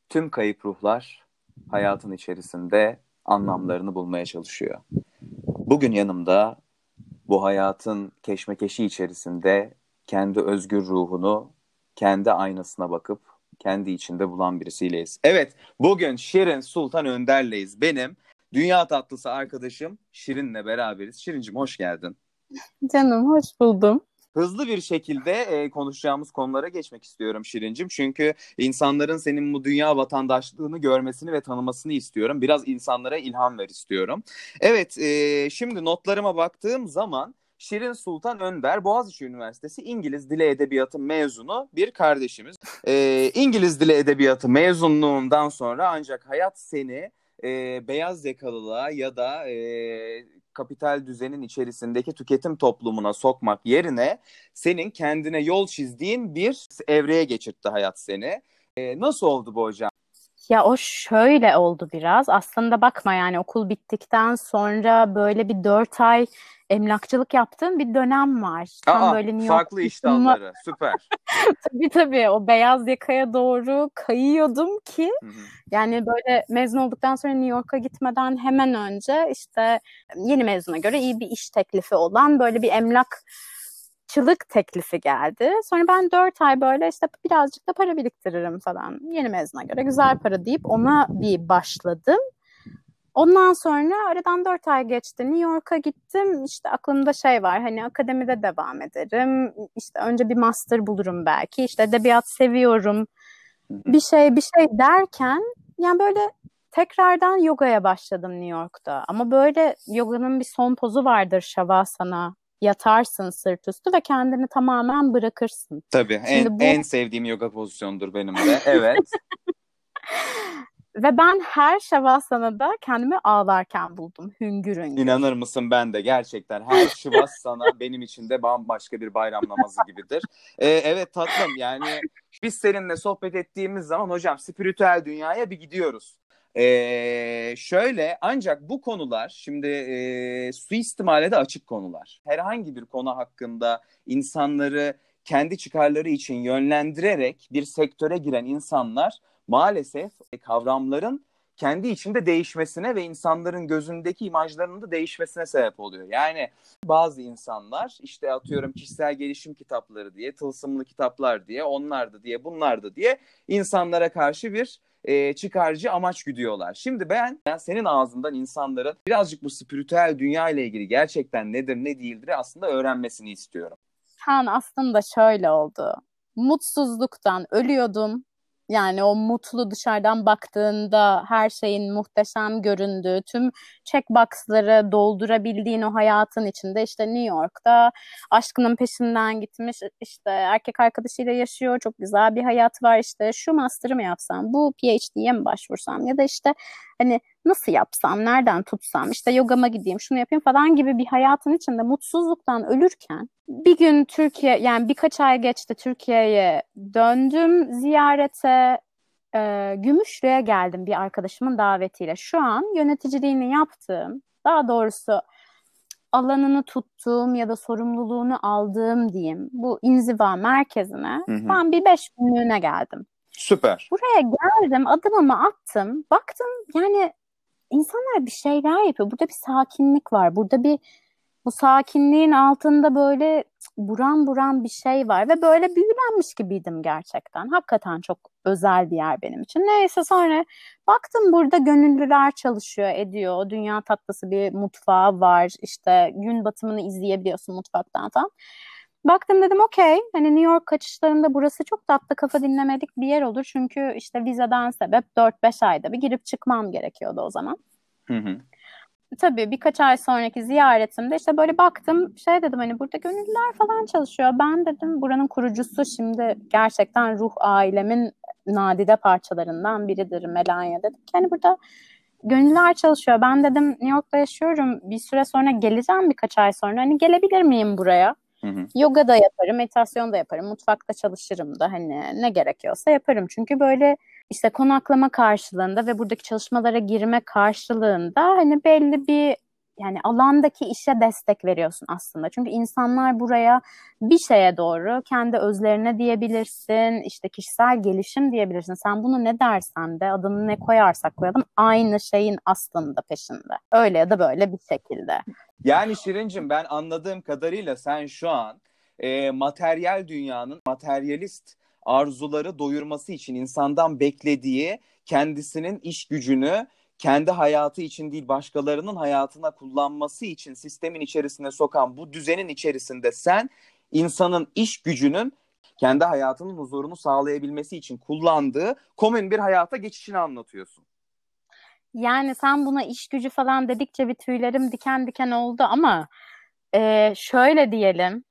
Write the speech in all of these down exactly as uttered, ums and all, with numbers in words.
Tüm kayıp ruhlar hayatın içerisinde anlamlarını bulmaya çalışıyor. Bugün yanımda bu hayatın keşmekeşi içerisinde kendi özgür ruhunu kendi aynasına bakıp kendi içinde bulan birisiyleyiz. Evet, bugün Şirin Sultan Önder'leyiz. Benim dünya tatlısı arkadaşım Şirin'le beraberiz. Şirincim hoş geldin. Canım hoş buldum. Hızlı bir şekilde e, konuşacağımız konulara geçmek istiyorum Şirincim. Çünkü insanların senin bu dünya vatandaşlığını görmesini ve tanımasını istiyorum. Biraz insanlara ilham ver istiyorum. Evet, e, şimdi notlarıma baktığım zaman Şirin Sultan Önder, Boğaziçi Üniversitesi İngiliz Dili Edebiyatı mezunu bir kardeşimiz. E, İngiliz Dili Edebiyatı mezunluğundan sonra ancak hayat seni e, beyaz yakalılığa ya da e, kapital düzenin içerisindeki tüketim toplumuna sokmak yerine senin kendine yol çizdiğin bir evreye geçirtti hayat seni. E, nasıl oldu bu hocam? Ya o şöyle oldu biraz. Aslında bakma yani okul bittikten sonra böyle bir dört ay emlakçılık yaptığım bir dönem var. Tam Aa, böyle New York'a farklı iş taşınma. dalları. Süper. Tabii tabii o beyaz yakaya doğru kayıyordum ki Hı hı. yani böyle mezun olduktan sonra New York'a gitmeden hemen önce işte yeni mezuna göre iyi bir iş teklifi olan böyle bir emlakçılık teklifi geldi. Sonra ben dört ay böyle işte birazcık da para biriktiririm falan. Yeni mezuna göre güzel para deyip ona bir başladım. Ondan sonra aradan dört ay geçti. New York'a gittim. İşte aklımda şey var. Hani akademide devam ederim. İşte önce bir master bulurum belki. İşte edebiyat seviyorum. Hı hı. Bir şey bir şey derken yani böyle tekrardan yogaya başladım New York'ta. Ama böyle yoganın bir son pozu vardır, Shavasana. Yatarsın sırt üstü ve kendini tamamen bırakırsın. Tabii Şimdi en, bu en sevdiğim yoga pozisyonudur benim de. Evet. ve ben her Shavasana'da kendimi ağlarken buldum. Hüngür İnanır hüngür. mısın, ben de gerçekten her Şivas benim için de bambaşka bir bayram namazı gibidir. Ee, evet tatlım, yani biz seninle sohbet ettiğimiz zaman hocam spiritüel dünyaya bir gidiyoruz. Ee, şöyle, ancak bu konular şimdi e, suistimale de açık konular. Herhangi bir konu hakkında insanları kendi çıkarları için yönlendirerek bir sektöre giren insanlar maalesef kavramların kendi içinde değişmesine ve insanların gözündeki imajlarının da değişmesine sebep oluyor. Yani bazı insanlar işte atıyorum kişisel gelişim kitapları diye, tılsımlı kitaplar diye, onlardı diye, bunlardı diye insanlara karşı bir e, çıkarcı amaç güdüyorlar. Şimdi ben, ben senin ağzından insanların birazcık bu spiritüel dünya ile ilgili gerçekten nedir ne değildir aslında öğrenmesini istiyorum. Han aslında şöyle oldu. Mutsuzluktan ölüyordum. Yani o mutlu dışarıdan baktığında her şeyin muhteşem göründüğü, tüm checkbox'ları doldurabildiğin o hayatın içinde işte New York'ta aşkının peşinden gitmiş, işte erkek arkadaşıyla yaşıyor, çok güzel bir hayat var, işte şu master'ı mı yapsam, bu PhD'ye mi başvursam ya da işte hani nasıl yapsam, nereden tutsam, işte yogama gideyim, şunu yapayım falan gibi bir hayatın içinde mutsuzluktan ölürken bir gün Türkiye, yani birkaç ay geçti, Türkiye'ye döndüm ziyarete. E, Gümüşlü'ye geldim bir arkadaşımın davetiyle. Şu an yöneticiliğini yaptığım, daha doğrusu alanını tuttuğum ya da sorumluluğunu aldığım diyeyim bu inziva merkezine Hı hı. ben bir beş günlüğüne geldim. Süper. Buraya geldim, adımımı attım, baktım yani insanlar bir şeyler yapıyor. Burada bir sakinlik var. Burada bir, bu sakinliğin altında böyle buram buram bir şey var ve böyle büyülenmiş gibiydim gerçekten. Hakikaten çok özel bir yer benim için. Neyse sonra baktım burada gönüllüler çalışıyor, ediyor. O dünya tatlısı bir mutfağı var. İşte gün batımını izleyebiliyorsun mutfaktan falan. Baktım dedim okey, hani New York kaçışlarında burası çok tatlı kafa dinlemelik bir yer olur. Çünkü işte vizeden sebep dört beş ayda bir girip çıkmam gerekiyordu o zaman. Hı hı. Tabii birkaç ay sonraki ziyaretimde işte böyle baktım, şey dedim, hani burada gönüllüler falan çalışıyor. Ben dedim buranın kurucusu, şimdi gerçekten ruh ailemin nadide parçalarından biridir Melania, dedim ki hani burada gönüllüler çalışıyor. Ben dedim New York'ta yaşıyorum, bir süre sonra geleceğim, birkaç ay sonra, hani gelebilir miyim buraya? Hı hı. Yoga da yaparım, meditasyon da yaparım, mutfakta çalışırım da, hani ne gerekiyorsa yaparım. Çünkü böyle işte konaklama karşılığında ve buradaki çalışmalara girme karşılığında hani belli bir yani alandaki işe destek veriyorsun aslında. Çünkü insanlar buraya bir şeye doğru kendi özlerine diyebilirsin, işte kişisel gelişim diyebilirsin. Sen bunu ne dersen de adını ne koyarsak koyalım aynı şeyin aslında peşinde. Öyle ya da böyle bir şekilde. Yani Şirincim, ben anladığım kadarıyla sen şu an e, materyal dünyanın materyalist arzuları doyurması için insandan beklediği kendisinin iş gücünü kendi hayatı için değil başkalarının hayatına kullanması için sistemin içerisine sokan bu düzenin içerisinde sen insanın iş gücünün kendi hayatının huzurunu sağlayabilmesi için kullandığı komün bir hayata geçişini anlatıyorsun. Yani sen buna iş gücü falan dedikçe bir tüylerim diken diken oldu ama e, şöyle diyelim,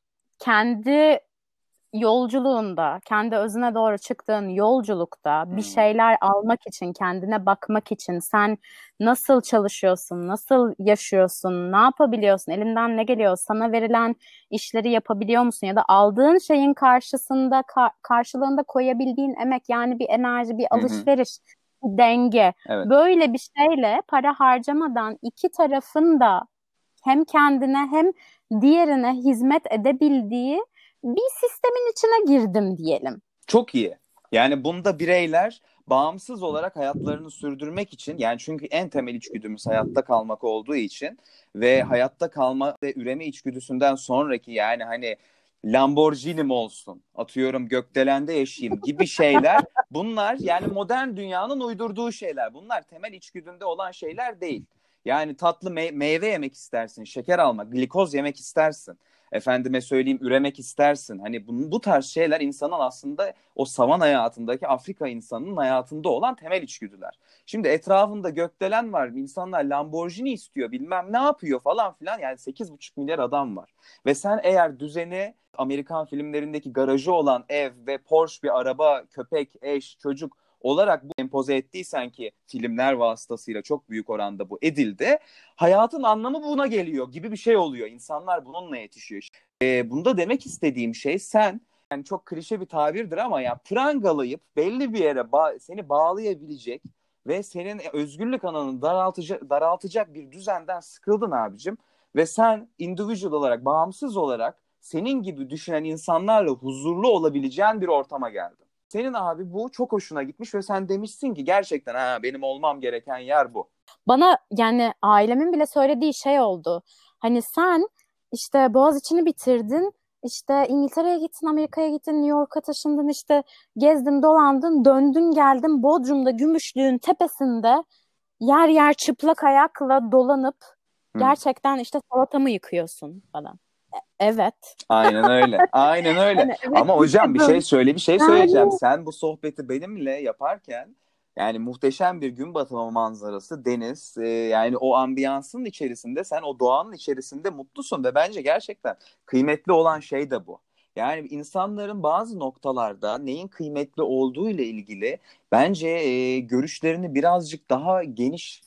kendi yolculuğunda, kendi özüne doğru çıktığın yolculukta bir Hmm. şeyler almak için, kendine bakmak için sen nasıl çalışıyorsun, nasıl yaşıyorsun, ne yapabiliyorsun, elinden ne geliyor, sana verilen işleri yapabiliyor musun ya da aldığın şeyin karşısında ka- karşılığında koyabildiğin emek, yani bir enerji, bir Hı hı. alışveriş, bir denge. Evet. Böyle bir şeyle para harcamadan iki tarafın da hem kendine hem diğerine hizmet edebildiği bir sistemin içine girdim diyelim. Çok iyi. Yani bunda bireyler bağımsız olarak hayatlarını sürdürmek için, yani çünkü en temel içgüdümüz hayatta kalmak olduğu için ve hayatta kalma ve üreme içgüdüsünden sonraki, yani hani Lamborghini'm olsun, atıyorum gökdelende yaşayayım gibi şeyler, bunlar yani modern dünyanın uydurduğu şeyler. Bunlar temel içgüdünde olan şeyler değil. Yani tatlı me- meyve yemek istersin, şeker almak, glikoz yemek istersin. Efendime söyleyeyim, üremek istersin. Hani bu, bu tarz şeyler insanın aslında o savan hayatındaki Afrika insanının hayatında olan temel içgüdüler. Şimdi etrafında gökdelen var. İnsanlar Lamborghini istiyor, bilmem ne yapıyor falan filan. Yani sekiz buçuk milyar adam var. Ve sen eğer düzeni Amerikan filmlerindeki garajı olan ev ve Porsche bir araba, köpek, eş, çocuk olarak bu empoze ettiysen, ki filmler vasıtasıyla çok büyük oranda bu edildi, hayatın anlamı buna geliyor gibi bir şey oluyor. İnsanlar bununla yetişiyor. E, bunda demek istediğim şey, sen, yani çok klişe bir tabirdir ama ya, prangalayıp belli bir yere ba- seni bağlayabilecek ve senin özgürlük alanını daraltacak, daraltacak bir düzenden sıkıldın abicim. Ve sen individual olarak, bağımsız olarak senin gibi düşünen insanlarla huzurlu olabileceğin bir ortama geldin. Senin abi bu çok hoşuna gitmiş ve sen demişsin ki gerçekten ha, benim olmam gereken yer bu. Bana yani ailemin bile söylediği şey oldu. Hani sen işte Boğaziçi'ni bitirdin, işte İngiltere'ye gittin, Amerika'ya gittin, New York'a taşındın, işte gezdin, dolandın, döndün, geldin Bodrum'da Gümüşlüğün tepesinde yer yer çıplak ayakla dolanıp Hı. gerçekten işte salatamı yıkıyorsun falan. E- Evet. Aynen öyle. Aynen öyle. Hani evet Ama hocam bir şey yıkadım. söyle, bir şey söyleyeceğim. Yani Sen bu sohbeti benimle yaparken yani muhteşem bir gün batımı manzarası, deniz, e, yani o ambiyansın içerisinde, sen o doğanın içerisinde mutlusun ve bence gerçekten kıymetli olan şey de bu. Yani insanların bazı noktalarda neyin kıymetli olduğu ile ilgili bence e, görüşlerini birazcık daha geniş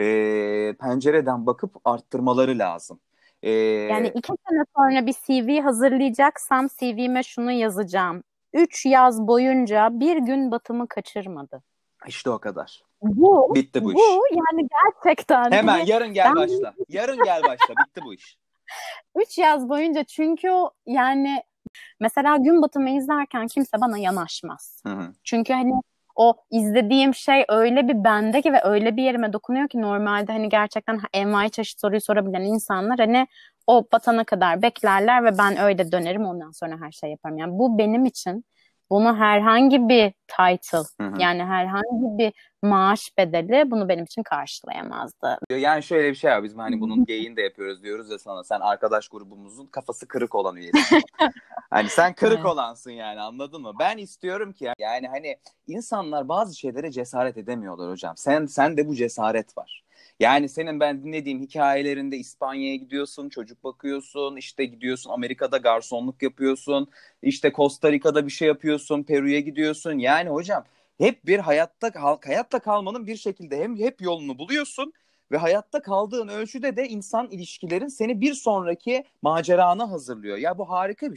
e, pencereden bakıp arttırmaları lazım. Yani E, iki sene sonra bir C V hazırlayacaksam C V'me şunu yazacağım. Üç yaz boyunca bir gün batımı kaçırmadı. işte o kadar. Bu, Bitti bu bu iş. yani gerçekten Hemen hani yarın gel ben başla. Yarın gel başla. Bitti bu iş. üç yaz boyunca, çünkü o yani mesela gün batımı izlerken kimse bana yanaşmaz. Hı hı. Çünkü hani o izlediğim şey öyle bir bendeki ve öyle bir yerime dokunuyor ki normalde hani gerçekten envai çeşit soruyu sorabilen insanlar hani o batana kadar beklerler ve ben öyle dönerim, ondan sonra her şey yaparım. Yani bu benim için, bunu herhangi bir title, Hı hı. yani herhangi bir maaş bedeli bunu benim için karşılayamazdı. Yani şöyle bir şey var. Biz hani bunun geyiğini de yapıyoruz, diyoruz ya sana. Sen arkadaş grubumuzun kafası kırık olan üyesisin. Hani sen kırık Evet. olansın, yani anladın mı? Ben istiyorum ki yani hani insanlar bazı şeylere cesaret edemiyorlar hocam. Sen sen de bu cesaret var. Yani senin ben dinlediğim hikayelerinde İspanya'ya gidiyorsun, çocuk bakıyorsun, işte gidiyorsun Amerika'da garsonluk yapıyorsun, işte Costa Rica'da bir şey yapıyorsun, Peru'ya gidiyorsun. Yani hocam hep bir hayatta kal hayatta kalmanın bir şekilde hem hep yolunu buluyorsun ve hayatta kaldığın ölçüde de insan ilişkilerin seni bir sonraki macerana hazırlıyor. Ya bu harika bir şey.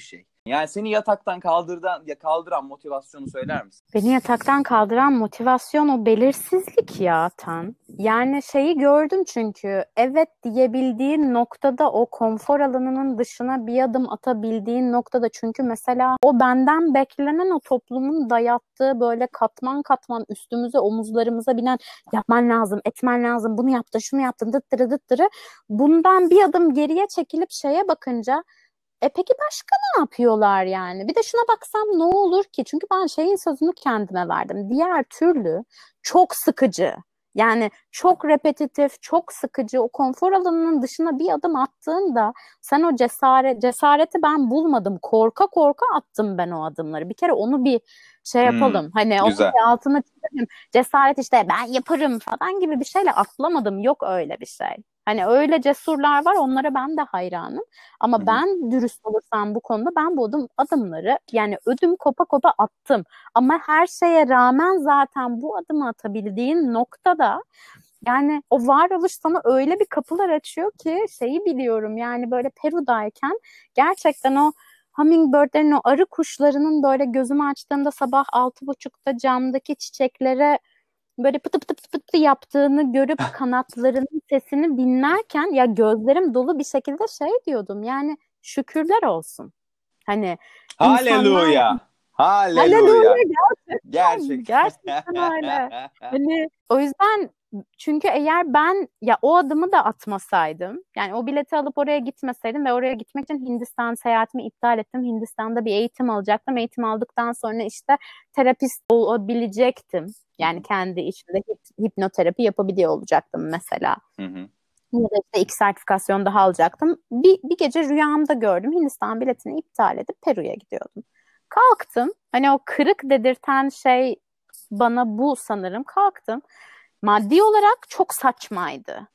Yani seni yataktan kaldırdan, ya kaldıran motivasyonu söyler misin? Beni yataktan kaldıran motivasyon o belirsizlik ya Tan. Yani şeyi gördüm çünkü evet diyebildiğin noktada, o konfor alanının dışına bir adım atabildiğin noktada, çünkü mesela o benden beklenen, o toplumun dayattığı böyle katman katman üstümüze, omuzlarımıza binen yapman lazım, etmen lazım, bunu yaptın, şunu yaptın, dıttırı dıttırı, bundan bir adım geriye çekilip şeye bakınca e peki başka ne yapıyorlar yani? Bir de şuna baksam ne olur ki? Çünkü ben şeyin sözünü kendime verdim. Diğer türlü çok sıkıcı. Yani çok repetitif, çok sıkıcı. O konfor alanının dışına bir adım attığında sen o cesaret, cesareti ben bulmadım. Korka korka attım ben o adımları. Bir kere onu bir şey yapalım. Hmm, Hani onun güzel. bir altına çizelim. Cesaret işte ben yaparım falan gibi bir şeyle atlamadım. Yok öyle bir şey. Hani öyle cesurlar var, onlara ben de hayranım. Hı Ama hı. ben dürüst olursam bu konuda, ben bu adım, adımları yani ödüm kopa kopa attım. Ama her şeye rağmen zaten bu adımı atabildiğin noktada yani o varoluş sana öyle bir kapılar açıyor ki, şeyi biliyorum yani, böyle Peru'dayken gerçekten o hummingbirdlerin, o arı kuşlarının böyle gözümü açtığımda sabah altı buçukta camdaki çiçeklere böyle pıtı pıtı pıtı pıtı yaptığını görüp kanatlarının sesini dinlerken ya gözlerim dolu bir şekilde şey diyordum yani, şükürler olsun. Hani insanlar, Haleluya. haleluya, Haleluya. gerçekten Gerçek. gerçekten öyle. Hani o yüzden, çünkü eğer ben ya o adımı da atmasaydım, yani o bileti alıp oraya gitmeseydim ve oraya gitmek için Hindistan seyahatimi iptal ettim. Hindistan'da bir eğitim alacaktım. Eğitim aldıktan sonra işte terapist olabilecektim. Yani kendi içimde hip- hipnoterapi yapabiliyor olacaktım mesela. Hı hı. Ya da işte iki sertifikasyon daha alacaktım. Bir, bir gece rüyamda gördüm. Hindistan biletini iptal edip Peru'ya gidiyordum. Kalktım. Hani o kırık dedirten şey bana bu sanırım. Kalktım. Maddi olarak çok saçmaydı.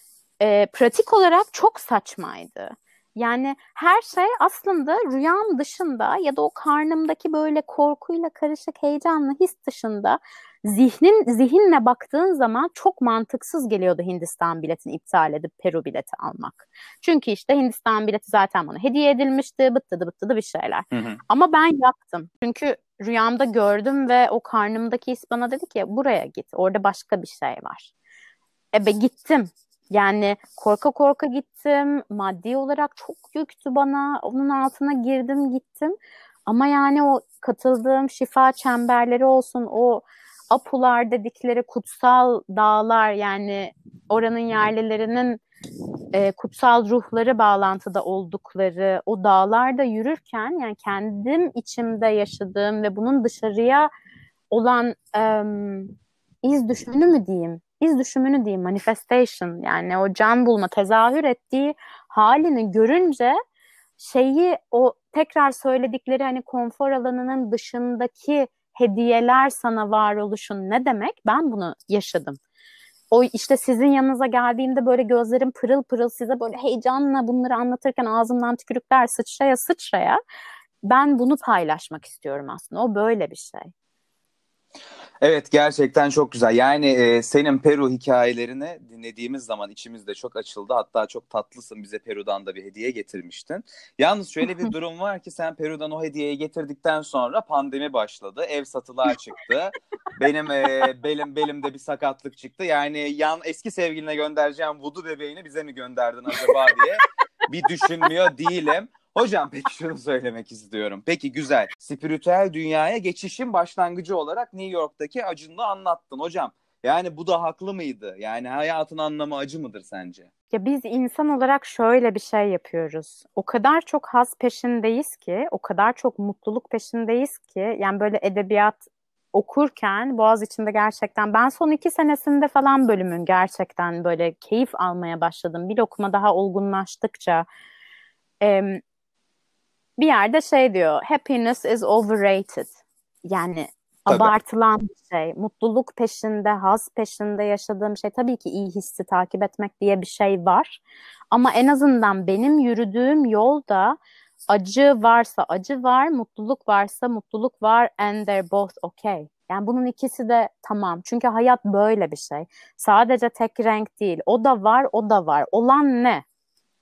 Ee, pratik olarak çok saçmaydı. Yani her şey aslında rüyam dışında ya da o karnımdaki böyle korkuyla karışık heyecanlı his dışında, zihnin zihinle baktığın zaman çok mantıksız geliyordu Hindistan biletini iptal edip Peru bileti almak. Çünkü işte Hindistan bileti zaten bana hediye edilmişti, bıttıdı bıttıdı bir şeyler. Hı hı. Ama ben yaptım. Çünkü rüyamda gördüm ve o karnımdaki his bana dedi ki buraya git. Orada başka bir şey var. E be gittim. Yani korka korka gittim. Maddi olarak çok yüktü bana. Onun altına girdim gittim. Ama yani o katıldığım şifa çemberleri olsun, o Apular dedikleri kutsal dağlar, yani oranın yerlilerinin e, kutsal ruhları bağlantıda oldukları o dağlarda yürürken, yani kendim içimde yaşadığım ve bunun dışarıya olan em, iz düşümünü mü diyeyim? İz düşümünü diyeyim, manifestation, yani o can bulma, tezahür ettiği halini görünce şeyi, o tekrar söyledikleri hani konfor alanının dışındaki hediyeler sana varoluşun ne demek? Ben bunu yaşadım. O işte sizin yanınıza geldiğimde böyle gözlerim pırıl pırıl, size böyle heyecanla bunları anlatırken ağzımdan tükürükler sıçraya sıçraya, ben bunu paylaşmak istiyorum aslında. O böyle bir şey. Evet, gerçekten çok güzel. Yani e, senin Peru hikayelerini dinlediğimiz zaman içimiz de çok açıldı. Hatta çok tatlısın, bize Peru'dan da bir hediye getirmiştin. Yalnız şöyle bir durum var ki, sen Peru'dan o hediyeyi getirdikten sonra pandemi başladı. Ev satılığa çıktı. Benim e, belim belimde bir sakatlık çıktı. Yani yan eski sevgiline göndereceğim vudu bebeğini bize mi gönderdin acaba diye bir düşünmüyor değilim. Hocam peki şunu söylemek istiyorum. Peki güzel. Spiritüel dünyaya geçişin başlangıcı olarak New York'taki acını anlattın hocam. Yani bu da haklı mıydı? Yani hayatın anlamı acı mıdır sence? Ya biz insan olarak şöyle bir şey yapıyoruz. O kadar çok haz peşindeyiz ki, o kadar çok mutluluk peşindeyiz ki, yani böyle edebiyat okurken Boğaziçi'nde gerçekten ben son iki senesinde falan bölümün gerçekten böyle keyif almaya başladım. Bir okuma daha olgunlaştıkça em, bir yerde şey diyor, happiness is overrated. Yani Tabii. abartılan bir şey. Mutluluk peşinde, haz peşinde yaşadığım şey. Tabii ki iyi hissi takip etmek diye bir şey var. Ama en azından benim yürüdüğüm yolda acı varsa acı var, mutluluk varsa mutluluk var, and they're both okay. Yani bunun ikisi de tamam. Çünkü hayat böyle bir şey. Sadece tek renk değil. O da var, o da var. Olan ne?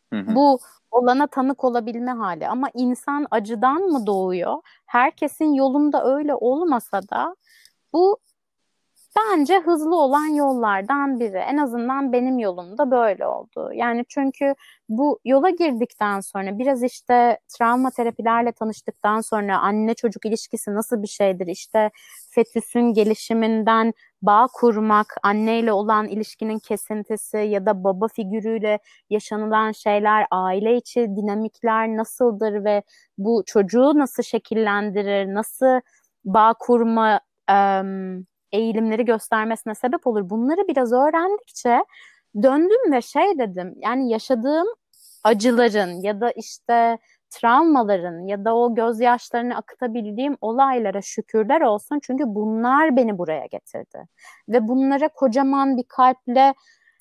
Hı hı. Bu olana tanık olabilme hali. Ama insan acıdan mı doğuyor? Herkesin yolunda öyle olmasa da bu bence hızlı olan yollardan biri. En azından benim yolumda böyle oldu. Yani çünkü bu yola girdikten sonra biraz işte travma terapilerle tanıştıktan sonra anne çocuk ilişkisi nasıl bir şeydir? İşte fetüsün gelişiminden bağ kurmak, anneyle olan ilişkinin kesintisi ya da baba figürüyle yaşanılan şeyler, aile içi dinamikler nasıldır ve bu çocuğu nasıl şekillendirir, nasıl bağ kurma em, eğilimleri göstermesine sebep olur. Bunları biraz öğrendikçe döndüm ve şey dedim, yani yaşadığım acıların ya da işte travmaların ya da o gözyaşlarını akıtabildiğim olaylara şükürler olsun. Çünkü bunlar beni buraya getirdi. Ve bunlara kocaman bir kalple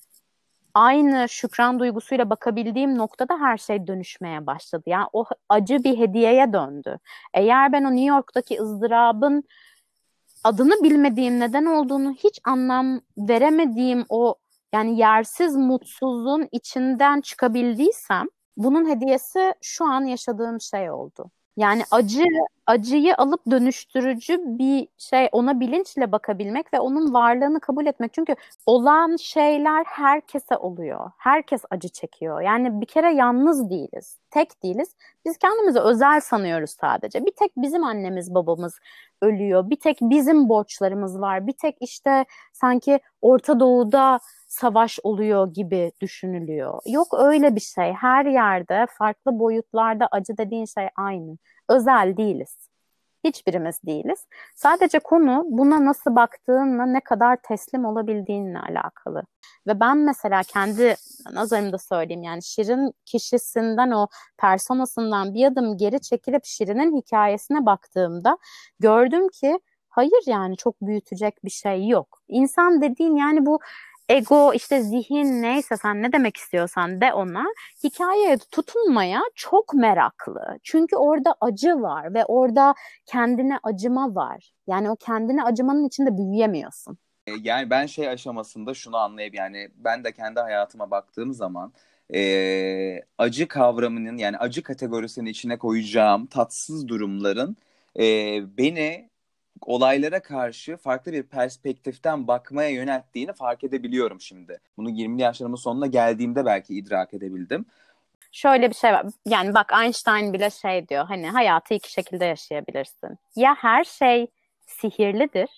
aynı şükran duygusuyla bakabildiğim noktada her şey dönüşmeye başladı. Yani o acı bir hediyeye döndü. Eğer ben o New York'taki ızdırabın adını bilmediğim, neden olduğunu hiç anlam veremediğim o yani yersiz mutsuzluğun içinden çıkabildiysem bunun hediyesi şu an yaşadığım şey oldu. Yani acı acıyı alıp dönüştürücü bir şey, ona bilinçle bakabilmek ve onun varlığını kabul etmek. Çünkü olan şeyler herkese oluyor. Herkes acı çekiyor. Yani bir kere yalnız değiliz. Tek değiliz. Biz kendimizi özel sanıyoruz sadece. Bir tek bizim annemiz babamız ölüyor. Bir tek bizim borçlarımız var. Bir tek işte sanki Orta Doğu'da savaş oluyor gibi düşünülüyor. Yok öyle bir şey. Her yerde farklı boyutlarda acı dediğin şey aynı. Özel değiliz. Hiçbirimiz değiliz. Sadece konu buna nasıl baktığınla, ne kadar teslim olabildiğinle alakalı. Ve ben mesela kendi nazarımda söyleyeyim, yani Şirin kişisinden, o personasından bir adım geri çekilip Şirin'in hikayesine baktığımda gördüm ki hayır, yani çok büyütecek bir şey yok. İnsan dediğin yani bu ego, işte zihin, neyse sen ne demek istiyorsan de ona, hikayeye tutunmaya çok meraklı. Çünkü orada acı var ve orada kendine acıma var. Yani o kendine acımanın içinde büyüyemiyorsun. E, Yani ben şey aşamasında şunu anlayıp, yani ben de kendi hayatıma baktığım zaman e, acı kavramının, yani acı kategorisinin içine koyacağım tatsız durumların e, beni olaylara karşı farklı bir perspektiften bakmaya yönelttiğini fark edebiliyorum şimdi. Bunu yirmili yaşlarımın sonuna geldiğimde belki idrak edebildim. Şöyle bir şey var. Yani bak, Einstein bile şey diyor, hani hayatı iki şekilde yaşayabilirsin. Ya her şey sihirlidir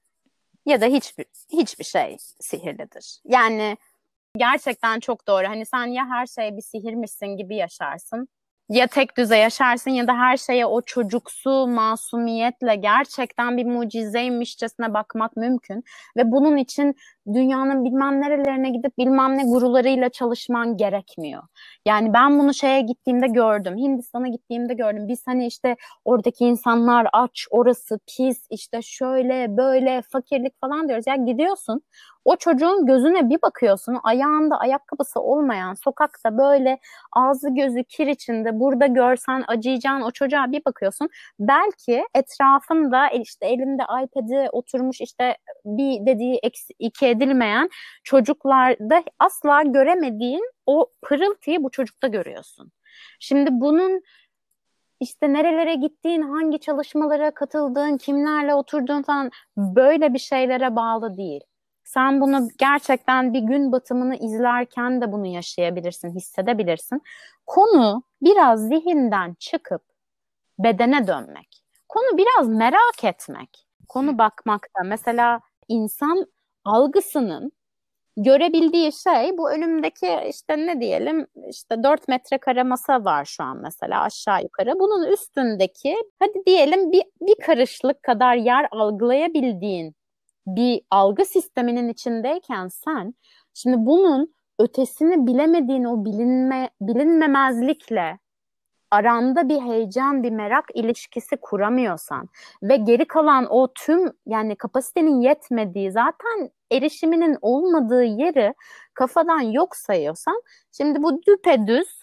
ya da hiçbir hiçbir şey sihirlidir. Yani gerçekten çok doğru. Hani sen ya her şeye bir sihirmişsin gibi yaşarsın, ya tek düze yaşarsın, ya da her şeye o çocuksu masumiyetle gerçekten bir mucizeymişçesine bakmak mümkün. Ve bunun için dünyanın bilmem nerelerine gidip bilmem ne gurularıyla çalışman gerekmiyor. Yani ben bunu şeye gittiğimde gördüm. Hindistan'a gittiğimde gördüm. Biz hani işte oradaki insanlar aç, orası pis, işte şöyle böyle fakirlik falan diyoruz. Ya gidiyorsun, o çocuğun gözüne bir bakıyorsun, ayağında ayakkabısı olmayan, sokakta böyle ağzı gözü kir içinde, burada görsen acıyacağın o çocuğa bir bakıyorsun. Belki etrafında işte elinde iPad'i oturmuş, işte bir dediği eksi, iki edilmeyen çocuklarda asla göremediğin o pırıltıyı bu çocukta görüyorsun. Şimdi bunun işte nerelere gittiğin, hangi çalışmalara katıldığın, kimlerle oturduğun falan böyle bir şeylere bağlı değil. Sen bunu gerçekten bir gün batımını izlerken de bunu yaşayabilirsin, hissedebilirsin. Konu biraz zihinden çıkıp bedene dönmek. Konu biraz merak etmek. Konu bakmakta. Mesela insan algısının görebildiği şey bu önümdeki, işte ne diyelim, işte dört metrekare masa var şu an mesela, aşağı yukarı. Bunun üstündeki, hadi diyelim bir, bir karışlık kadar yer algılayabildiğin bir algı sisteminin içindeyken sen şimdi bunun ötesini bilemediğin o bilinme, bilinmemezlikle aranda bir heyecan, bir merak ilişkisi kuramıyorsan ve geri kalan o tüm, yani kapasitenin yetmediği, zaten erişiminin olmadığı yeri kafadan yok sayıyorsan, şimdi bu düpedüz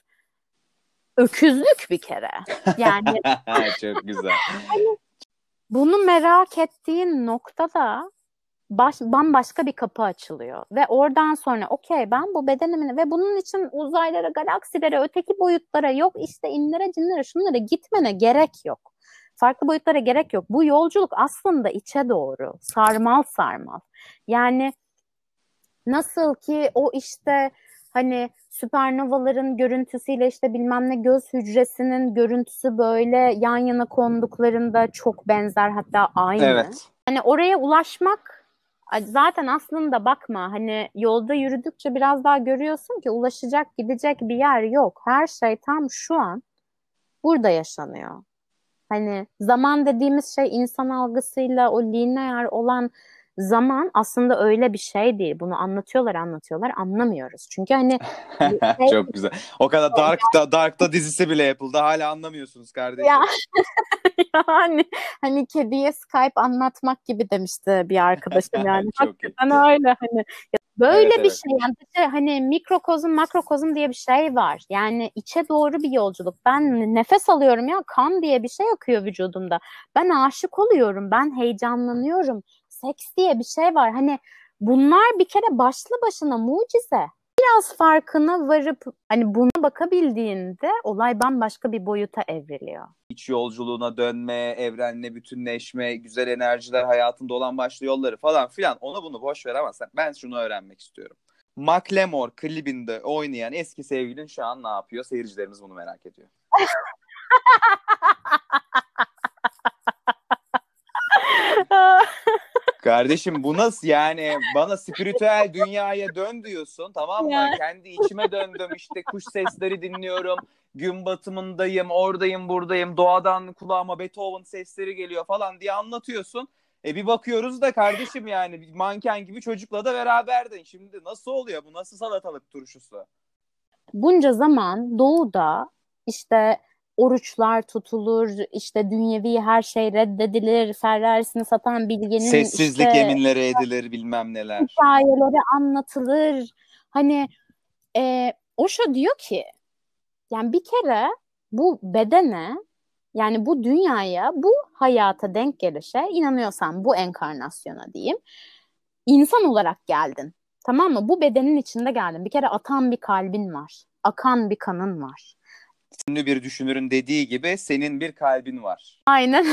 öküzlük bir kere. Yani Çok güzel. bunu merak ettiğin noktada baş, bambaşka bir kapı açılıyor. Ve oradan sonra okey ben bu bedenimi ve bunun için uzaylara, galaksilere, öteki boyutlara yok işte inlere, cinlere, şunlara gitmene gerek yok. Farklı boyutlara gerek yok. Bu yolculuk aslında içe doğru. Sarmal sarmal. Yani nasıl ki o işte hani süpernovaların görüntüsüyle işte bilmem ne göz hücresinin görüntüsü böyle yan yana konduklarında çok benzer, hatta aynı. Evet. Hani oraya ulaşmak zaten aslında bakma hani yolda yürüdükçe biraz daha görüyorsun ki ulaşacak, gidecek bir yer yok. Her şey tam şu an burada yaşanıyor. Hani zaman dediğimiz şey insan algısıyla o lineer olan zaman aslında öyle bir şey değil. Bunu anlatıyorlar anlatıyorlar anlamıyoruz. Çünkü hani şey, Çok güzel. O kadar Dark'ta, Dark'ta dizisi bile yapıldı. Hala anlamıyorsunuz kardeşim. ya, yani hani kediye Skype anlatmak gibi demişti bir arkadaşım yani. Hakikaten öyle hani. Böyle Evet, bir evet. şey yani işte hani mikrokozm makrokozm diye bir şey var. Yani içe doğru bir yolculuk. Ben nefes alıyorum ya, kan diye bir şey akıyor vücudumda. Ben aşık oluyorum, ben heyecanlanıyorum. Seks diye bir şey var. Hani bunlar bir kere başlı başına mucize. Biraz farkına varıp hani buna bakabildiğinde olay bambaşka bir boyuta evriliyor. İç yolculuğuna dönme, evrenle bütünleşme, güzel enerjiler, hayatında olan başlı yolları falan filan. Onu bunu boş ver ama sen, ben şunu öğrenmek istiyorum. Macklemore klibinde oynayan eski sevgilin şu an ne yapıyor? Seyircilerimiz bunu merak ediyor. Kardeşim bu nasıl yani, bana spiritüel dünyaya dön diyorsun, tamam mı? Yani. Kendi içime döndüm işte, kuş sesleri dinliyorum. Gün batımındayım, oradayım, buradayım. Doğadan kulağıma Beethoven sesleri geliyor falan diye anlatıyorsun. E bir bakıyoruz da kardeşim yani bir manken gibi çocukla da beraberdin. Şimdi nasıl oluyor bu? Nasıl salatalık turşusu? Bunca zaman doğuda işte oruçlar tutulur, işte dünyevi her şey reddedilir, Ferrarisini satan bilgenin Sessizlik işte yeminleri edilir, bilmem neler. hikayeleri anlatılır. Hani e, Osho diyor ki yani bir kere bu bedene, yani bu dünyaya, bu hayata denk gelişe inanıyorsan, bu enkarnasyona diyeyim, insan olarak geldin. Tamam mı? Bu bedenin içinde geldin. Bir kere atan bir kalbin var. Akan bir kanın var. Ünlü bir düşünürün dediği gibi senin bir kalbin var. Aynen.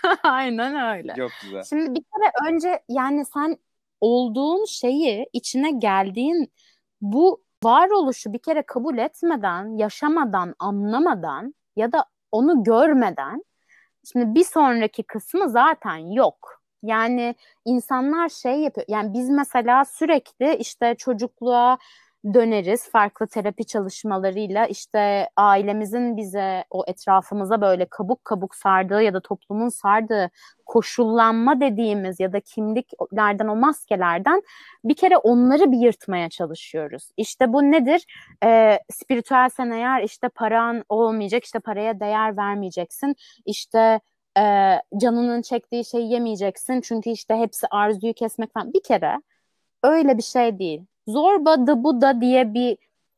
Aynen öyle. Çok güzel. Şimdi bir kere önce yani sen olduğun şeyi, içine geldiğin bu varoluşu bir kere kabul etmeden, yaşamadan, anlamadan ya da onu görmeden şimdi bir sonraki kısmı zaten yok. Yani insanlar şey yapıyor. Yani biz mesela sürekli işte çocukluğa döneriz farklı terapi çalışmalarıyla, işte ailemizin bize, o etrafımıza böyle kabuk kabuk sardığı ya da toplumun sardığı koşullanma dediğimiz ya da kimliklerden, o maskelerden bir kere onları bir yırtmaya çalışıyoruz. İşte bu nedir? Ee, spiritüel sen eğer işte paran olmayacak, işte paraya değer vermeyeceksin, işte e, canının çektiği şeyi yemeyeceksin çünkü işte hepsi arzuyu kesmek falan. Bir kere öyle bir şey değil. Zorba da bu da diye bir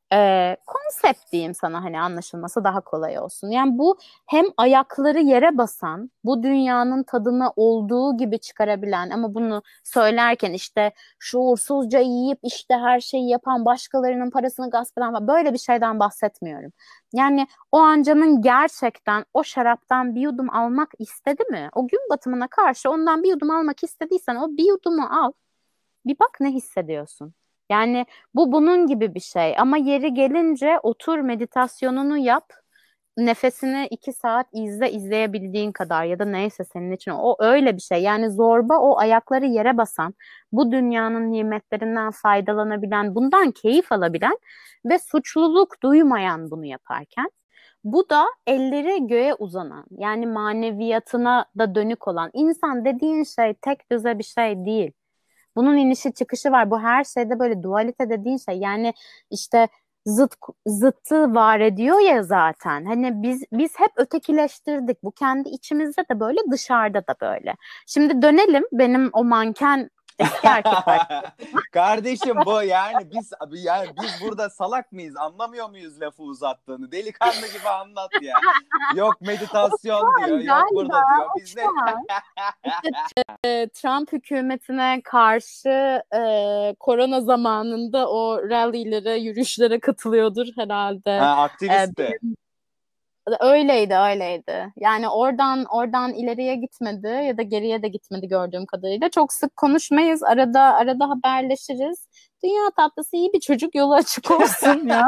e, konsept diyeyim sana, hani anlaşılması daha kolay olsun. Yani bu hem ayakları yere basan, bu dünyanın tadını olduğu gibi çıkarabilen ama bunu söylerken işte şuursuzca yiyip işte her şeyi yapan, başkalarının parasını gasp eden, böyle bir şeyden bahsetmiyorum. Yani o an canın gerçekten o şaraptan bir yudum almak istedi mi? O gün batımına karşı ondan bir yudum almak istediysen o bir yudumu al. Bir bak ne hissediyorsun. Yani bu bunun gibi bir şey ama yeri gelince otur meditasyonunu yap. Nefesini iki saat izle, izleyebildiğin kadar ya da neyse senin için o öyle bir şey. Yani zorba, o ayakları yere basan, bu dünyanın nimetlerinden faydalanabilen, bundan keyif alabilen ve suçluluk duymayan bunu yaparken. Bu da elleri göğe uzanan, yani maneviyatına da dönük olan. İnsan dediğin şey tek düze bir şey değil. Bunun inişi çıkışı var. Bu her şeyde böyle dualite dediğin şey. Yani işte zıt zıttı var ediyor ya zaten. Hani biz biz hep ötekileştirdik. Bu kendi içimizde de böyle, dışarıda da böyle. Şimdi dönelim benim o manken Eski erkek arkadaşım. Kardeşim bu yani biz yani biz burada salak mıyız? Anlamıyor muyuz lafı uzattığını? Delikanlı gibi anlat ya. Yok meditasyon diyor, yok burada diyor. Biz ne? İşte Trump hükümetine karşı e, korona zamanında o rallilere, yürüyüşlere katılıyordur herhalde. Ha, aktivisti. E, öyleydi, öyleydi. Yani oradan oradan ileriye gitmedi ya da geriye de gitmedi gördüğüm kadarıyla. Çok sık konuşmayız. Arada arada haberleşiriz. Dünya tatlısı iyi bir çocuk, yolu açık olsun ya.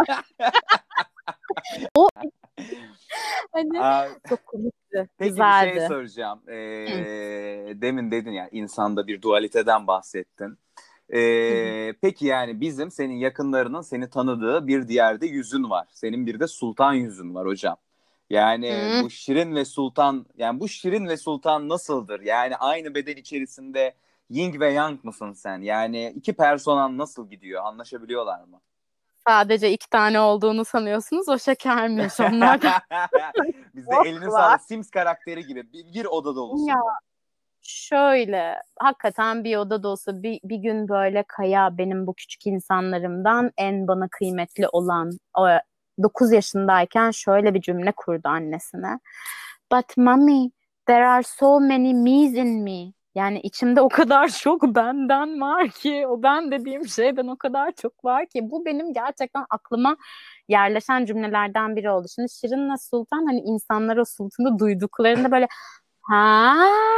O hani Aa, çok komikti. Peki Güzeldi. bir şey soracağım. Ee, demin dedin ya insanda bir dualiteden bahsettin. Ee, peki yani bizim senin yakınlarının seni tanıdığı bir diğer de yüzün var. Senin bir de sultan yüzün var hocam. Yani Hı. bu Şirin ve Sultan yani bu Şirin ve Sultan nasıldır? Yani aynı beden içerisinde Yin ve Yang mısın sen? Yani iki personan nasıl gidiyor? Anlaşabiliyorlar mı? Sadece iki tane olduğunu sanıyorsunuz. O şekermiş onlar. Bizde elinin sağlığı Sims karakteri gibi bir, bir oda dolusu. Ya şöyle hakikaten bir oda dolusu bir, bir gün böyle Kaya benim bu küçük insanlarımdan en bana kıymetli olan o dokuz yaşındayken şöyle bir cümle kurdu annesine. But mommy, there are so many me's in me. Yani içimde o kadar çok benden var ki, o ben dediğim şeyden o kadar çok var ki. Bu benim gerçekten aklıma yerleşen cümlelerden biri oldu. Şimdi Şirin'le Sultan hani insanlar o Sultan'ı duyduklarında böyle ha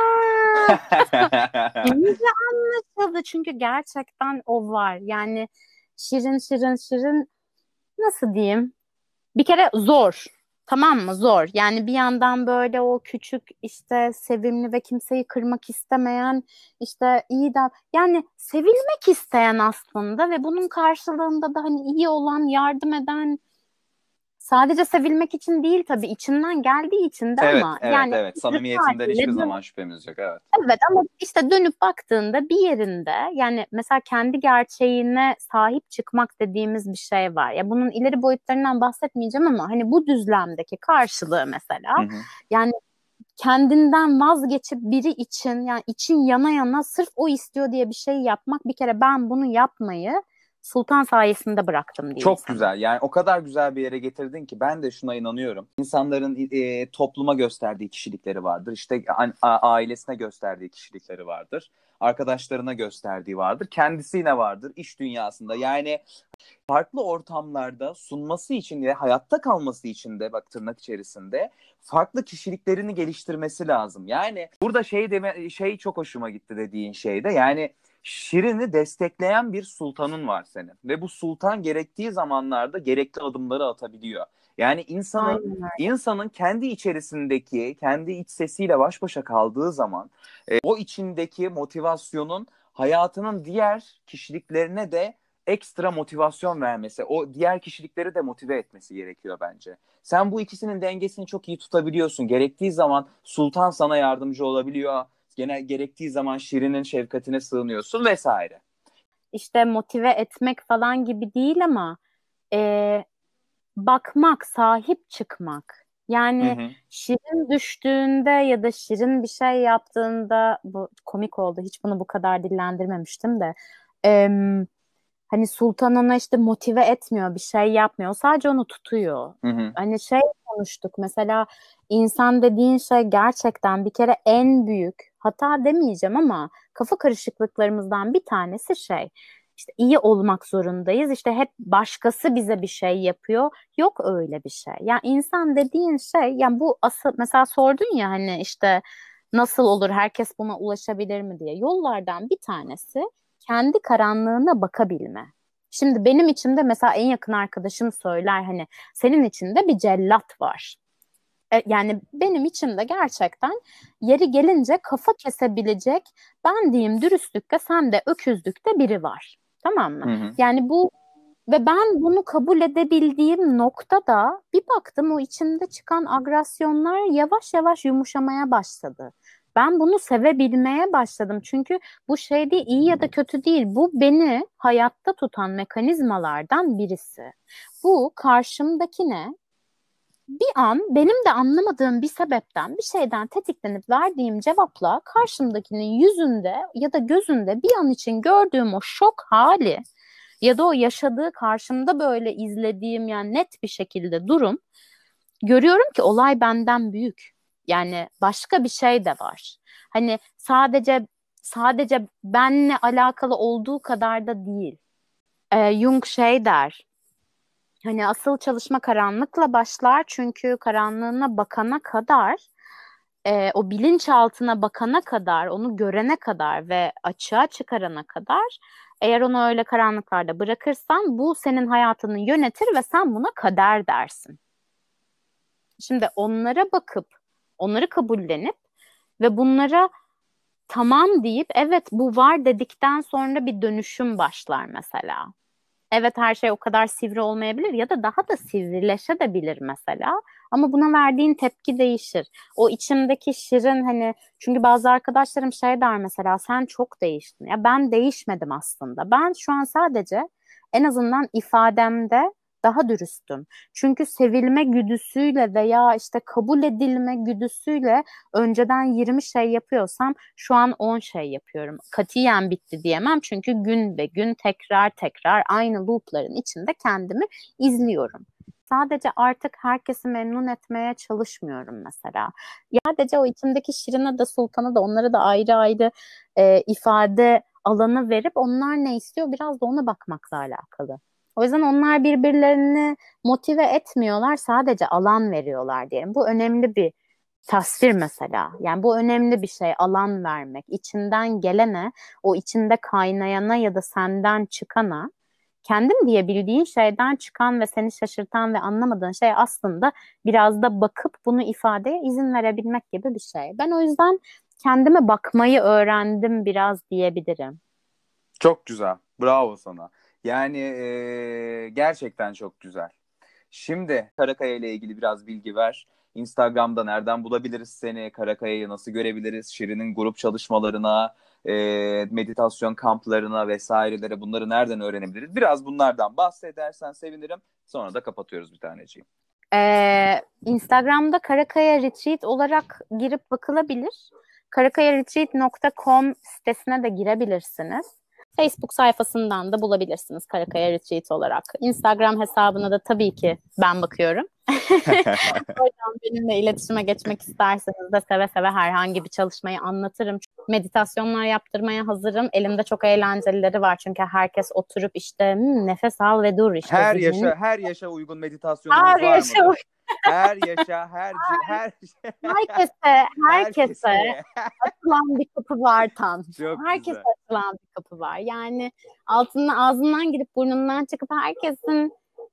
iyice anlaşıldı. Çünkü gerçekten o var. Yani Şirin Şirin Şirin nasıl diyeyim? Bir kere zor. Tamam mı? Zor. Yani bir yandan böyle o küçük işte sevimli ve kimseyi kırmak istemeyen işte iyi de yani sevilmek isteyen aslında ve bunun karşılığında da hani iyi olan, yardım eden sadece sevilmek için değil tabii içinden geldiği için de Evet, ama evet, yani evet. Samimiyetinden hiçbir zaman şüphemiz yok. Evet. evet ama işte dönüp baktığında bir yerinde yani mesela kendi gerçeğine sahip çıkmak dediğimiz bir şey var. Ya bunun ileri boyutlarından bahsetmeyeceğim ama hani bu düzlemdeki karşılığı mesela Hı hı. yani kendinden vazgeçip biri için yani için yana yana sırf o istiyor diye bir şey yapmak bir kere ben bunu yapmayı Sultan sayesinde bıraktım diyeyim Çok sana. güzel. Yani o kadar güzel bir yere getirdin ki ben de şuna inanıyorum. İnsanların e, topluma gösterdiği kişilikleri vardır. İşte a- a- ailesine gösterdiği kişilikleri vardır. Arkadaşlarına gösterdiği vardır. Kendisine vardır iş dünyasında. Yani farklı ortamlarda sunması için ve hayatta kalması için de bak tırnak içerisinde farklı kişiliklerini geliştirmesi lazım. Yani burada şey deme şey çok hoşuma gitti dediğin şeyde. Yani Şirin'i destekleyen bir sultanın var senin ve bu sultan gerektiği zamanlarda gerekli adımları atabiliyor. Yani insanın Aynen öyle. insanın kendi içerisindeki kendi iç sesiyle baş başa kaldığı zaman e, o içindeki motivasyonun hayatının diğer kişiliklerine de ekstra motivasyon vermesi, o diğer kişilikleri de motive etmesi gerekiyor bence. Sen bu ikisinin dengesini çok iyi tutabiliyorsun. Gerektiği zaman Sultan sana yardımcı olabiliyor. Gene gerektiği zaman Şirin'in şefkatine sığınıyorsun vesaire. İşte motive etmek falan gibi değil ama e, bakmak, sahip çıkmak. Hı Yani hı. Şirin düştüğünde ya da Şirin bir şey yaptığında bu komik oldu. Hiç bunu bu kadar dillendirmemiştim de. Em, hani Sultan ona işte motive etmiyor, bir şey yapmıyor. O sadece onu tutuyor. Hı hı. Hani şey konuştuk mesela insan dediğin şey gerçekten bir kere en büyük hata demeyeceğim ama kafa karışıklıklarımızdan bir tanesi şey. İşte iyi olmak zorundayız. İşte hep başkası bize bir şey yapıyor. Yok öyle bir şey. Yani insan dediğin şey yani bu asıl mesela sordun ya hani işte nasıl olur herkes buna ulaşabilir mi diye. Yollardan bir tanesi kendi karanlığına bakabilme. Şimdi benim içimde mesela en yakın arkadaşım söyler hani senin içinde bir cellat var. E, yani benim içimde gerçekten yeri gelince kafa kesebilecek ben diyeyim dürüstlükte sen de öküzlükte biri var. Tamam mı? Hı hı. Yani bu ve ben bunu kabul edebildiğim noktada bir baktım o içimde çıkan agresyonlar yavaş yavaş yumuşamaya başladı. Ben bunu sevebilmeye başladım. Çünkü bu şey değil, iyi ya da kötü değil. Bu beni hayatta tutan mekanizmalardan birisi. Bu karşımdakine bir an benim de anlamadığım bir sebepten, bir şeyden tetiklenip verdiğim cevapla karşımdakinin yüzünde ya da gözünde bir an için gördüğüm o şok hali ya da o yaşadığı karşımda böyle izlediğim yani net bir şekilde durum, görüyorum ki olay benden büyük. Yani başka bir şey de var. Hani sadece sadece benle alakalı olduğu kadar da değil. Ee, Jung şey der. Hani asıl çalışma karanlıkla başlar, çünkü karanlığına bakana kadar, e, o bilinçaltına bakana kadar, onu görene kadar ve açığa çıkarana kadar, eğer onu öyle karanlıklarda bırakırsan bu senin hayatını yönetir ve sen buna kader dersin. Şimdi onlara bakıp, onları kabullenip ve bunlara tamam deyip evet bu var dedikten sonra bir dönüşüm başlar mesela. Evet, her şey o kadar sivri olmayabilir ya da daha da sivrileşebilir mesela. Ama buna verdiğin tepki değişir. O içimdeki şirin, hani çünkü bazı arkadaşlarım şey der mesela, sen çok değiştin. Ya ben değişmedim aslında. Ben şu an sadece en azından ifademde daha dürüstüm. Çünkü sevilme güdüsüyle veya işte kabul edilme güdüsüyle önceden yirmi şey yapıyorsam şu an on şey yapıyorum. Katiyen bitti diyemem, çünkü gün ve gün tekrar tekrar aynı loopların içinde kendimi izliyorum. Sadece artık herkesi memnun etmeye çalışmıyorum mesela. Sadece o içimdeki Şirin'e de Sultan'a da, onlara da ayrı ayrı e, ifade alanı verip onlar ne istiyor biraz da ona bakmakla alakalı. O yüzden onlar birbirlerini motive etmiyorlar, sadece alan veriyorlar diyelim. Bu önemli bir tasvir mesela. Yani bu önemli bir şey, alan vermek. İçinden gelene, o içinde kaynayana ya da senden çıkana, kendim diyebildiğin şeyden çıkan ve seni şaşırtan ve anlamadığın şey aslında biraz da bakıp bunu ifadeye izin verebilmek gibi bir şey. Ben o yüzden kendime bakmayı öğrendim biraz diyebilirim. Çok güzel. Bravo sana. Yani e, gerçekten çok güzel. Şimdi Karakaya ile ilgili biraz bilgi ver. Instagram'da nereden bulabiliriz seni? Karakaya'yı nasıl görebiliriz? Şirin'in grup çalışmalarına, e, meditasyon kamplarına vesairelere, bunları nereden öğrenebiliriz? Biraz bunlardan bahsedersen sevinirim. Sonra da kapatıyoruz bir taneciğim. Ee, Instagram'da Karakaya Retreat olarak girip bakılabilir. karakaya retreat nokta com sitesine de girebilirsiniz. Facebook sayfasından da bulabilirsiniz Karakaya Retreat olarak. Instagram hesabına da tabii ki ben bakıyorum. Oradan benimle iletişime geçmek isterseniz de seve seve herhangi bir çalışmayı anlatırım. Meditasyonlar yaptırmaya hazırım. Elimde çok eğlencelileri var, çünkü herkes oturup işte hmm, nefes al ve dur işte Her zihnini. yaşa her yaşa uygun meditasyonumuz Her var yaşa mıdır? Her yaşa, her ci- her herkese, herkese herkese. açılan bir kapı var Tan. Çok Herkese güzel. açılan bir kapı var. Yani altından, ağzından girip burnundan çıkıp herkesin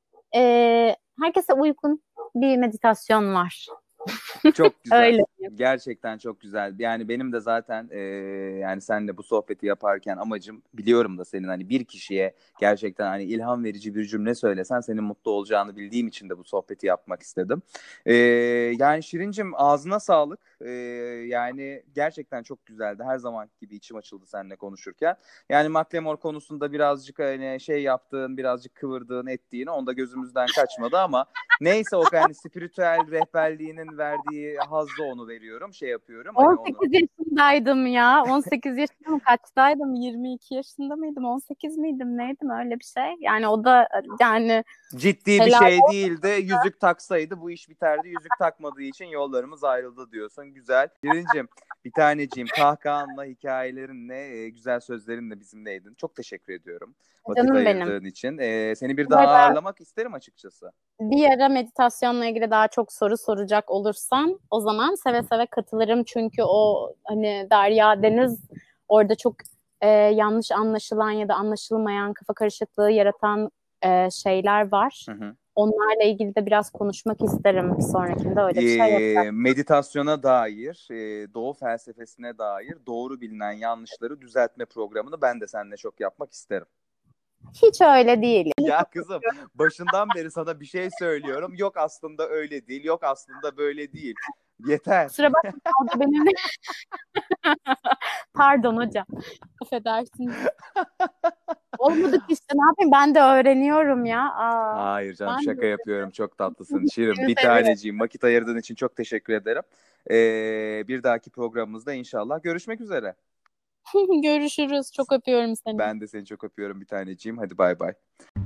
e, herkese uygun bir meditasyon var. Çok güzel. Öyle. Gerçekten çok güzel. Yani benim de zaten e, yani seninle bu sohbeti yaparken amacım, biliyorum da senin hani bir kişiye gerçekten hani ilham verici bir cümle söylesen senin mutlu olacağını bildiğim için de bu sohbeti yapmak istedim. E, yani Şirincim, ağzına sağlık. E, yani gerçekten çok güzeldi. Her zaman gibi içim açıldı seninle konuşurken. Yani Macklemore konusunda birazcık hani şey yaptığın, birazcık kıvırdığın, ettiğini, onda gözümüzden kaçmadı ama neyse, o yani spiritüel rehberliğinin verdiği hazzı onu veriyorum, şey yapıyorum. Hani on onu sekiz yaşındaydım ya. on sekiz yaşında mı, kaçtaydım? yirmi iki yaşında mıydım? on sekiz miydim? Neydim? Öyle bir şey. Yani o da yani ciddi bir helal şey olsun. değildi. Yüzük taksaydı bu iş biterdi. Yüzük takmadığı için yollarımız ayrıldı diyorsun. Güzel. Şirincim, bir taneciğim, kahkahanla, hikayelerinle, e, güzel sözlerinle bizimleydin. Çok teşekkür ediyorum vakit Canım benim. ayırdığın için. E, seni bir Bu daha ara, ağırlamak isterim açıkçası. bir ara meditasyonla ilgili daha çok soru soracak olursam o zaman seve seve katılırım. Çünkü o hani derya deniz, orada çok e, yanlış anlaşılan ya da anlaşılmayan, kafa karışıklığı yaratan e, şeyler var. Hı hı. Onlarla ilgili de biraz konuşmak isterim. Bir sonrakinde öyle bir şey E, yapacağım. meditasyona dair, e, Doğu felsefesine dair doğru bilinen yanlışları düzeltme programını ben de seninle çok yapmak isterim. Hiç öyle değil. Ya kızım, başından beri sana bir şey söylüyorum. Yok aslında öyle değil, yok aslında böyle değil. Yeter. Kusura bakma, orada benim pardon hocam. Affedersiniz. Olmadık işte, ne yapayım, ben de öğreniyorum ya. Aa, Hayır canım, ben şaka de yapıyorum. Çok tatlısın. Şirin, seni bir seviyorum. taneciğim. Vakit ayırdığın için çok teşekkür ederim. Ee, bir dahaki programımızda inşallah görüşmek üzere. Görüşürüz. Çok öpüyorum seni. Ben de seni çok öpüyorum bir taneciğim. Hadi bay bay.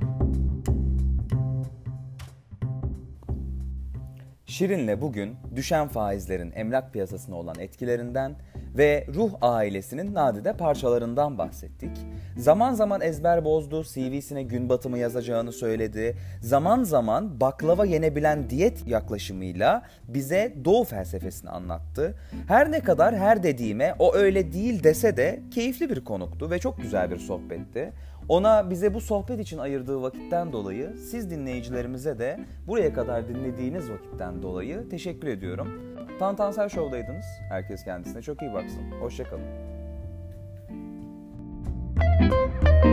Şirin'le bugün düşen faizlerin emlak piyasasına olan etkilerinden ve Ruh ailesinin nadide parçalarından bahsettik. Zaman zaman ezber bozdu, C V'sine gün batımı yazacağını söyledi. Zaman zaman baklava yenebilen diyet yaklaşımıyla bize Doğu felsefesini anlattı. Her ne kadar her dediğime o öyle değil dese de keyifli bir konuktu ve çok güzel bir sohbetti. Ona bize bu sohbet için ayırdığı vakitten dolayı, siz dinleyicilerimize de buraya kadar dinlediğiniz vakitten dolayı teşekkür ediyorum. Tantansel Show'daydınız. Herkes kendisine çok iyi baksın. Hoşça kalın.